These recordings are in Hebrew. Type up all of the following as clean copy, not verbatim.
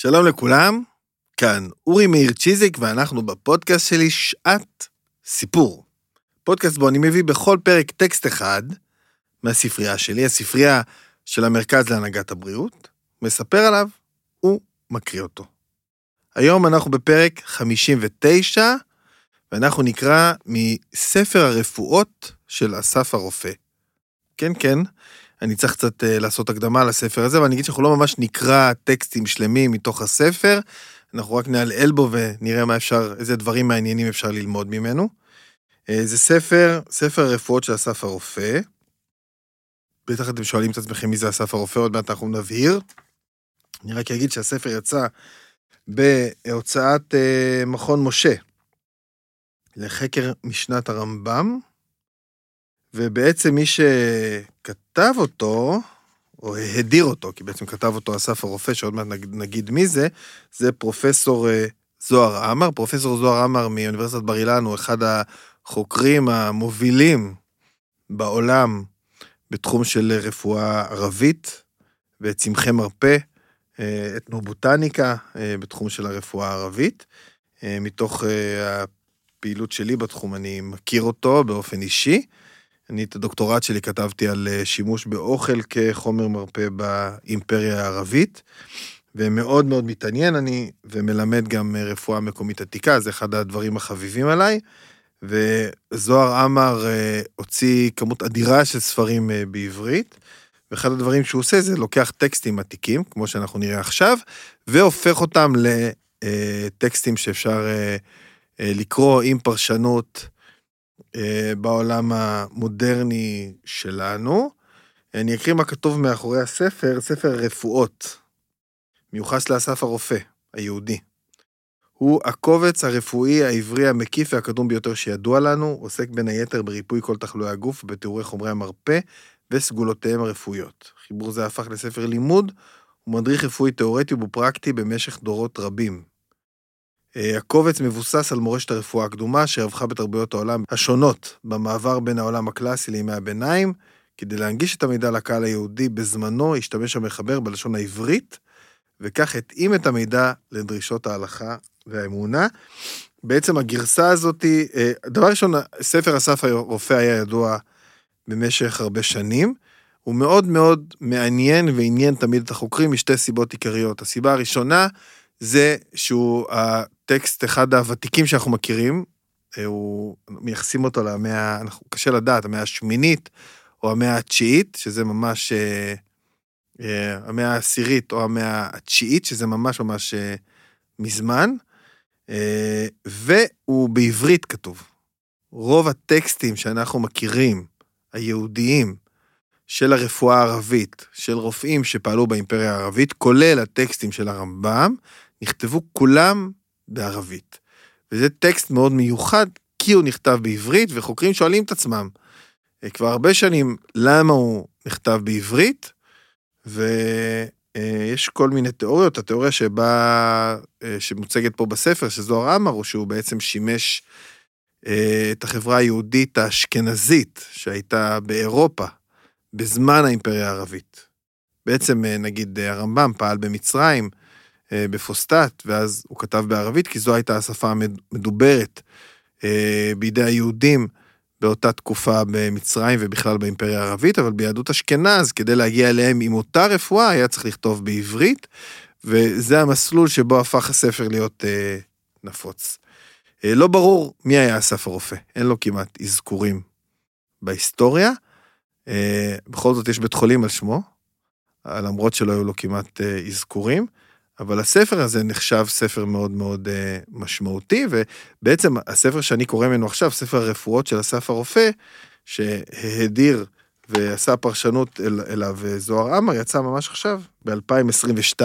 שלום לכולם, כאן אורי מאיר צ'יזיק, ואנחנו בפודקאסט שלי שעת סיפור. פודקאסט בו אני מביא בכל פרק טקסט אחד מהספרייה שלי, הספרייה של המרכז להנהגת הבריאות, מספר עליו ומקריא אותו. היום אנחנו בפרק 59, ואנחנו נקרא מספר הרפואות של אסף הרופא. כן, אני צריך קצת לעשות הקדמה לספר הזה, ואני אגיד שאנחנו לא ממש נקרא טקסטים שלמים מתוך הספר, אנחנו רק נעלעל בו ונראה איזה דברים מעניינים אפשר ללמוד ממנו. זה ספר הרפואות של אסף הרופא. בטח אתם שואלים את עצמכם מי זה אסף הרופא, עוד מעט אנחנו נבהיר. אני רק אגיד שהספר יצא בהוצאת מכון משה, לחקר משנת הרמב"ם, ובעצם מי שכתב אותו, או הדיר אותו, כי בעצם כתב אותו אסף הרופא, שעוד מעט נגיד מי זה, זה פרופסור זוהר עמר. פרופסור זוהר עמר מאוניברסיטת בר אילן, הוא אחד החוקרים המובילים בעולם, בתחום של רפואה ערבית, וצמחי מרפא, אתנובוטניקה, בתחום של הרפואה הערבית. מתוך הפעילות שלי בתחום, אני מכיר אותו באופן אישי. אני את הדוקטורט שלי כתבתי על שימוש באוכל כחומר מרפא באימפריה הערבית, ומאוד מאוד מתעניין אני, ומלמד גם רפואה מקומית עתיקה, זה אחד הדברים החביבים עליי, וזוהר עמר הוציא כמות אדירה של ספרים בעברית, ואחד הדברים שהוא עושה זה לוקח טקסטים עתיקים, כמו שאנחנו נראה עכשיו, והופך אותם לטקסטים שאפשר לקרוא עם פרשנות בעולם המודרני שלנו. אני אקריא מה כתוב מאחורי הספר, ספר הרפואות, מיוחס לאסף הרופא, היהודי. הוא הקובץ הרפואי העברי המקיף והקדום ביותר שידוע לנו, עוסק בין היתר בריפוי כל תחלואי הגוף, בתיאורי חומרי המרפא וסגולותיהם הרפואיות. חיבור זה הפך לספר לימוד, ומדריך רפואי תיאורטי ופרקטי במשך דורות רבים. הקובץ מבוסס על מורשת הרפואה הקדומה, שרווחה בתרבויות העולם השונות, במעבר בין העולם הקלאסי לימי הביניים. כדי להנגיש את המידע לקהל היהודי בזמנו, השתמש המחבר בלשון העברית, וכך התאים את המידע לדרישות ההלכה והאמונה. בעצם הגרסה הזאת, דבר ראשון, ספר אסף הרופא היה ידוע במשך הרבה שנים, הוא מאוד מאוד מעניין ועניין תמיד את החוקרים משתי סיבות עיקריות. הסיבה הראשונה זה שהוא הטקסט אחד הוותיקים שאנחנו מכירים, הוא מייחסים אותו למאה, קשה לדעת, המאה השמינית או המאה התשיעית, שזה ממש המאה העשירית או המאה התשיעית, שזה ממש מזמן, והוא בעברית כתוב. רוב הטקסטים שאנחנו מכירים, היהודיים, של הרפואה הערבית, של רופאים שפעלו באימפריה הערבית, כולל הטקסטים של הרמב"ם, נכתבו כולם בערבית. וזה טקסט מאוד מיוחד, כי הוא נכתב בעברית, וחוקרים שואלים את עצמם, כבר הרבה שנים, למה הוא נכתב בעברית, ויש כל מיני תיאוריות. התיאוריה שמוצגת פה בספר, שזוהר עמר, הוא שהוא בעצם שימש את החברה היהודית האשכנזית, שהייתה באירופה, בזמן האימפריה הערבית. בעצם, נגיד, הרמב"ם פעל במצרים, בפוסטט, ואז הוא כתב בערבית, כי זו הייתה השפה המדוברת בידי היהודים באותה תקופה במצרים ובכלל באימפריה הערבית, אבל ביהדות אשכנז, כדי להגיע אליהם עם אותה רפואה, היה צריך לכתוב בעברית, וזה המסלול שבו הפך הספר להיות נפוץ. לא ברור מי היה אסף הרופא, אין לו כמעט אזכורים בהיסטוריה, בכל זאת יש בית חולים על שמו, למרות שלא היו לו כמעט אזכורים, אבל הספר הזה נחשב ספר מאוד מאוד משמעותי, ובעצם הספר שאני קורא ממנו עכשיו, ספר הרפואות של אסף הרופא, שההדיר ועשה פרשנות אליו זוהר עמר, יצא ממש עכשיו, ב-2022,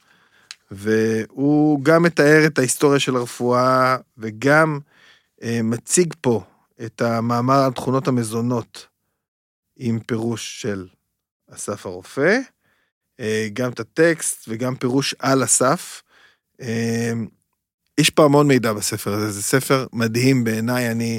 והוא גם מתאר את ההיסטוריה של הרפואה, וגם מציג פה את המאמר על תכונות המזונות, עם פירוש של אסף הרופא, גם את הטקסט וגם פירוש על אסף. יש פה המון מידע בספר הזה, זה ספר מדהים בעיניי, אני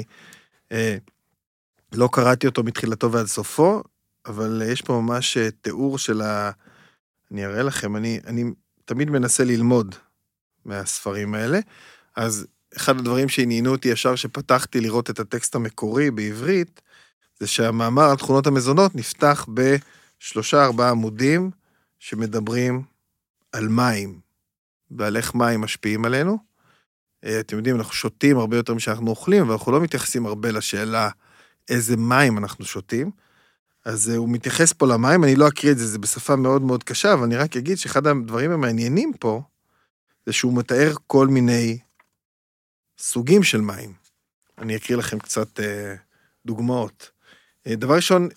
לא קראתי אותו מתחילתו ועד סופו, אבל יש פה ממש תיאור של אני אראה לכם, אני תמיד מנסה ללמוד מהספרים האלה, אז אחד הדברים שעניינו אותי ישר שפתחתי לראות את הטקסט המקורי בעברית, זה שהמאמר על תכונות המזונות נפתח ב3-4 עמודים שמדברים על מים, ועל איך מים משפיעים עלינו. אתם יודעים, אנחנו שותים הרבה יותר משאנחנו אוכלים, אבל אנחנו לא מתייחסים הרבה לשאלה איזה מים אנחנו שותים. אז הוא מתייחס פה למים, אני לא אקריא את זה, זה בשפה מאוד מאוד קשה, אבל אני רק אגיד שאחד הדברים המעניינים פה, זה שהוא מתאר כל מיני סוגים של מים. אני אקריא לכם קצת דוגמאות. דבר ראשון,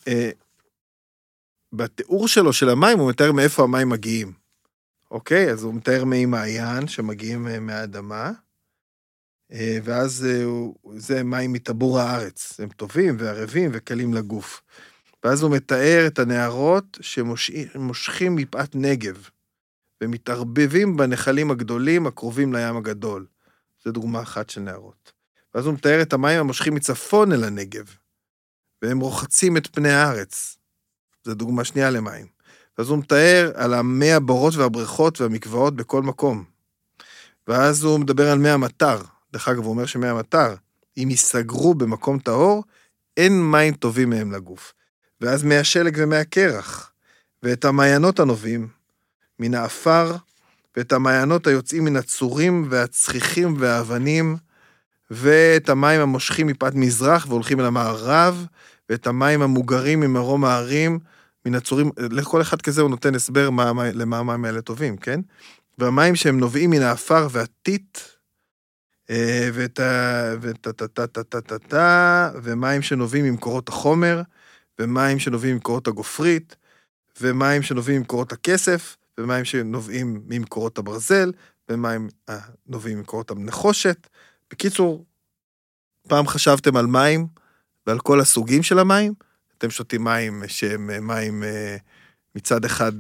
בתיאור שלו של המים, הוא מתאר מאיפה המים מגיעים. אוקיי? אז הוא מתאר מי מעיין שמגיעים מהאדמה, ואז זה מים מטבור הארץ. הם טובים וערבים וקלים לגוף. ואז הוא מתאר את הנערות שמושכים מפאת נגב, ומתערבבים בנחלים הגדולים הקרובים לים הגדול. זו דוגמה אחת של נערות. ואז הוא מתאר את המים המושכים מצפון אל הנגב, והם רוחצים את פני הארץ. זו דוגמה שנייה למים. ואז הוא מתאר על המי הבורות והבריכות והמקוואות בכל מקום. ואז הוא מדבר על מי המטר. דרך אגב, הוא אומר שמי המטר, אם ייסגרו במקום טהור, אין מים טובים מהם לגוף. ואז מי השלג ומי הקרח, ואת המעיינות הנובעים מן האפר, ואת המעיינות היוצאים מן הצורים והצחיחים והאבנים, ואת המים המושכים מפאת מזרח והולכים אל המערב, ואת המים המוגרים ממרום הערים, מן הצורים, לכל אחד כזה הוא נותן הסבר למה המים האלה טובים, כן? והמים שהם נובעים מן האפר והטיט, ומים שנובעים ממקורות החומר, ומים שנובעים ממקורות הגופרית, ומים שנובעים ממקורות הכסף, ומים שנובעים ממקורות הברזל, ומים נובעים ממקורות הנחושת. בקיצור, פעם חשבתם על מים ועל כל הסוגים של המים? אתם שותים מים שהם מים מצד אחד,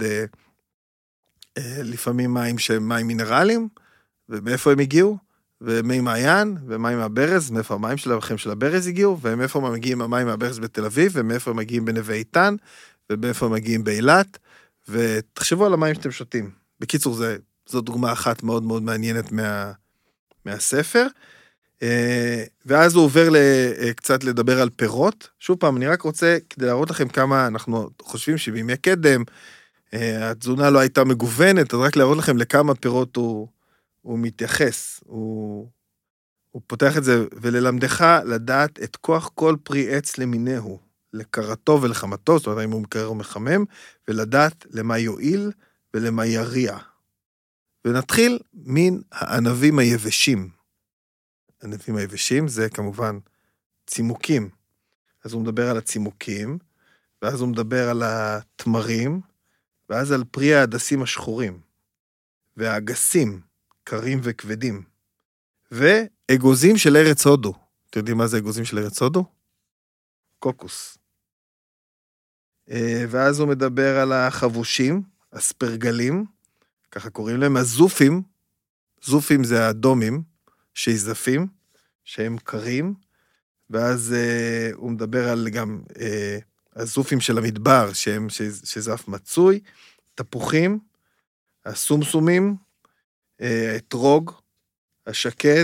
לפעמים מים שהם מים מינרליים, ומאיפה הם הגיעו? ומי מעיין, ומים מהברז, מאיפה המים שלכם של הברז הגיעו, ומאיפה מגיעים המים מהברז בתל אביב, ומאיפה מגיעים בנווה איתן, ומאיפה מגיעים באילת, ותחשבו על המים שאתם שותים. בקיצור, זו דוגמה אחת מאוד מאוד מעניינת מהספר, ואז הוא עובר קצת לדבר על פירות. שוב פעם, אני רק רוצה, כדי להראות לכם כמה אנחנו חושבים שבימי קדם, התזונה לא הייתה מגוונת, אז רק להראות לכם לכמה פירות הוא מתייחס, הוא פותח את זה, וללמדך לדעת את כוח כל פרי עץ למינהו, לקרתו ולחמתו, זאת אומרת, אם הוא מקרר או מחמם, ולדעת למה יועיל ולמה יריע. ונתחיל מן הענבים היבשים. הענבים היבשים זה כמובן צימוקים. אז הוא מדבר על הצימוקים, ואז הוא מדבר על התמרים, ואז על פרי ההדסים השחורים, והאגסים, קרים וכבדים, ואגוזים של ארץ הודו. אתם יודעים מה זה אגוזים של ארץ הודו? קוקוס. ואז הוא מדבר על החבושים, הספרגלים, ככה קוראים להם, הזופים, זופים זה האדומים, שיזפים, שהם קרים, ואז הוא מדבר על גם הזופים של המדבר, שזף מצוי, תפוחים, הסומסומים, האתרוג, השקד,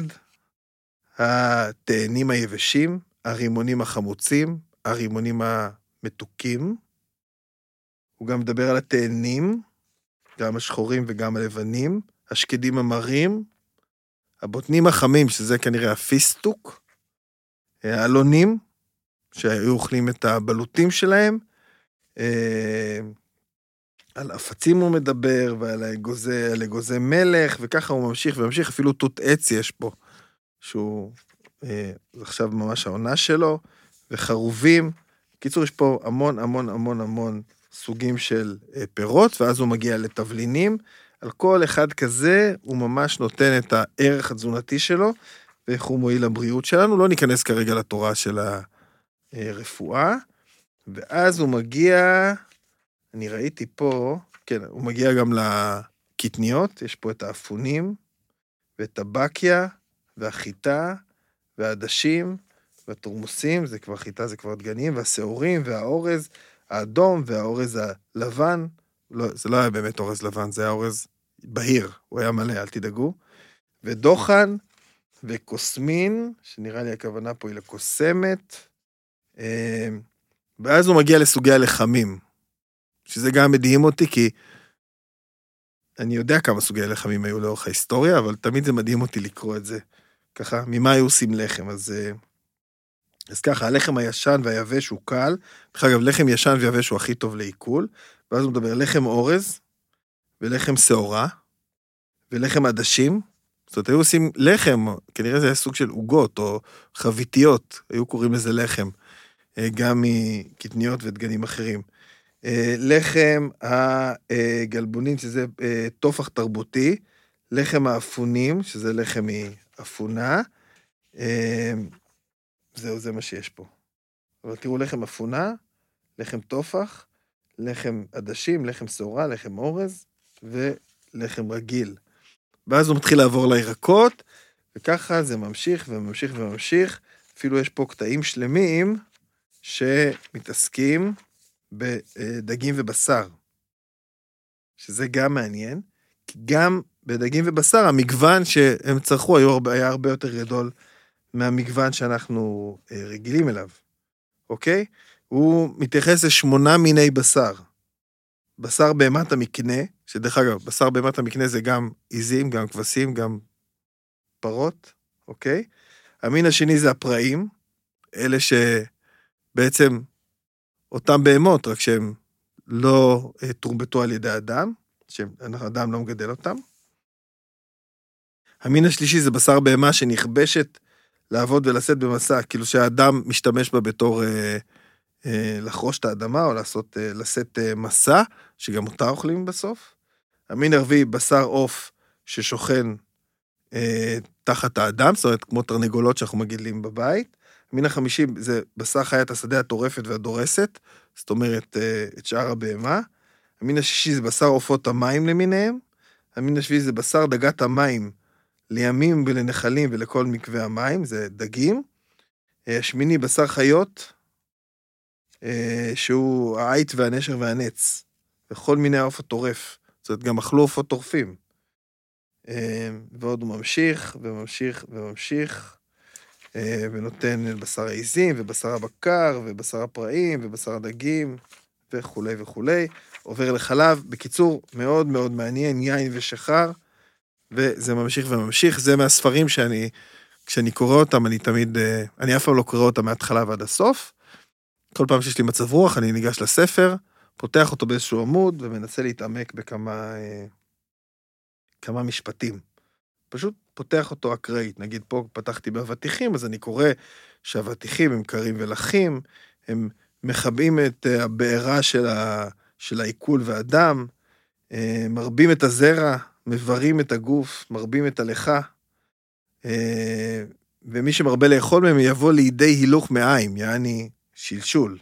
התאנים היבשים, הרימונים החמוצים, הרימונים המתוקים. הוא גם מדבר על התאנים, גם השחורים וגם הלבנים, השקדים המרים, הבוטנים החמים, שזה כנראה הפיסטוק, העלונים, שהיו אוכלים את הבלוטים שלהם, על אפצים הוא מדבר, ועל אגוזי מלך, וככה הוא ממשיך וממשיך, אפילו תות עץ יש פה, שהוא עכשיו ממש העונה שלו, וחרובים. קיצור, יש פה המון המון המון המון סוגים של פירות, ואז הוא מגיע לתבלינים. על כל אחד כזה הוא ממש נותן את הערך התזונתי שלו, ואיך הוא מועיל לבריאות שלנו. לא ניכנס כרגע לתורה של הרפואה, ואז הוא מגיע, אני ראיתי פה, כן, הוא מגיע גם לקטניות, יש פה את האפונים, ואת הבקיה, והחיטה, והעדשים, והתורמוסים, זה כבר חיטה, זה כבר דגנים, והשעורים, והאורז האדום, והאורז הלבן, לא, זה לא היה באמת אורז לבן, זה היה אורז בהיר, הוא היה מלא, אל תדאגו. ודוחן וקוסמין, שנראה לי הכוונה פה היא לקוסמת, ואז הוא מגיע לסוגי הלחמים, שזה גם מדהים אותי, כי אני יודע כמה סוגי הלחמים היו לאורך ההיסטוריה, אבל תמיד זה מדהים אותי לקרוא את זה, ככה, ממה היו עושים לחם, אז ככה, הלחם הישן והיבש הוא קל, אגב, לחם ישן ויבש הוא הכי טוב לעיכול, ואז הוא מדבר לחם אורז, ולחם שעורה, ולחם עדשים, זאת אומרת, היו עושים לחם, כנראה זה היה סוג של עוגות, או חביתיות, היו קוראים לזה לחם, גם מקטניות ודגנים אחרים. לחם הגלבונים, שזה תופח תרבותי, לחם האפונים, שזה לחם מאפונה, זה מה שיש פה. אבל תראו, לחם אפונה, לחם תופח, לחם עדשים, לחם שעורה, לחם אורז, ולחם רגיל. ואז הוא מתחיל לעבור לירקות, וככה זה ממשיך וממשיך וממשיך. אפילו יש פה קטעים שלמים שמתעסקים בדגים ובשר. שזה גם מעניין, כי גם בדגים ובשר, המגוון שהם צרכו היה הרבה יותר גדול מהמגוון שאנחנו רגילים אליו. אוקיי? הוא מתייחס ל8 מיני בשר. בשר בהמת המקנה, שדרך אגב, בשר בהמת המקנה זה גם עיזים, גם כבשים, גם פרות, אוקיי? המין השני זה הפראים, אלה שבעצם אותם בהמות, רק שהם לא תורבתו על ידי אדם, שאדם לא מגדל אותם. המין השלישי זה בשר בהמה שנכבשת לעבוד ולשאת במסע, כאילו שהאדם משתמש בה בתור לחרוש את האדמה, או לשאת מסע, שגם אותה אוכלים בסוף. המין הרביעי, בשר עוף ששוכן תחת האדם, זאת אומרת, כמו תרנגולות שאנחנו מגדלים בבית. המין החמישי זה בשר חיית השדה הטורפת והדורסת, זאת אומרת, את שאר הבהמה. המין השישי זה בשר עופות המים למיניהם. המין השביעי זה בשר דגת המים לימים ולנחלים ולכל מקווה המים, זה דגים. השמיני, בשר חיות, שהוא העית והנשר והנץ, וכל מיני העוף הטורף, זאת אומרת, גם אכלו עופות טורפים. ועוד הוא ממשיך וממשיך וממשיך, ונותן בשר העיזים, ובשר הבקר, ובשר הפראים, ובשר הדגים, וכו' וכו'. עובר לחלב, בקיצור, מאוד מאוד מעניין, יין ושחר, וזה ממשיך וממשיך. זה מהספרים כשאני קורא אותם, אני אף פעם לא קורא אותם מההתחלה ועד הסוף. כל פעם שיש לי מצב רוח, אני ניגש לספר, פותח אותו באיזשהו עמוד, ומנסה להתעמק בכמה משפטים. פשוט פותח אותו אקראית. נגיד פה פתחתי באבטיחים, אז אני קורא שהאבטיחים הם קרים ולחים, הם מחבאים את הבעירה של העיכול והדם, מרבים את הזרע, מברים את הגוף, מרבים את הלכה, ומי שמרבה לאכול מהם יבוא לידי הילוך מעיים, יעני שלשול.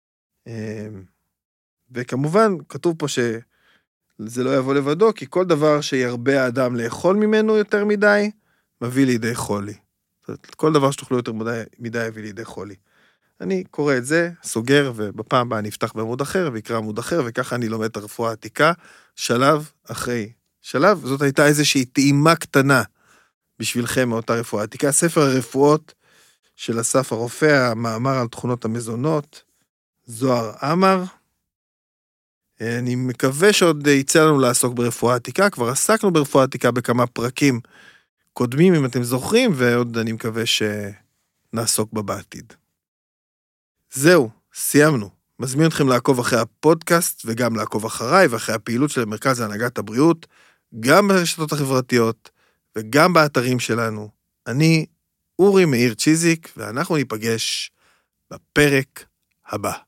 וכמובן, כתוב פה שזה לא יבוא לבדו, כי כל דבר שירבה האדם לאכול ממנו יותר מדי, מביא לידי חולי. כל דבר שתאכלו יותר מדי יביא לידי חולי. אני קורא את זה, סוגר, ובפעם הבאה אני אפתח בעמוד אחר, ויקרא עמוד אחר, וככה אני לומד את הרפואה העתיקה, שלב אחרי שלב. זאת הייתה איזושהי טעימה קטנה בשבילכם מאותה רפואה העתיקה. ספר הרפואות של אסף הרופא, המאמר על תכונות המזונות, זוהר אמר. אני מקווה שעוד יצא לנו לעסוק ברפואה העתיקה, כבר עסקנו ברפואה העתיקה בכמה פרקים קודמים, אם אתם זוכרים, ועוד אני מקווה שנעסוק בה בעתיד. זהו, סיימנו. מזמין אתכם לעקוב אחרי הפודקאסט, וגם לעקוב אחריי, ואחרי הפעילות של מרכז להנהגת הבריאות, גם ברשתות החברתיות, וגם באתרים שלנו. אני אורי מאיר צ'יזיק, ואנחנו ניפגש בפרק הבא.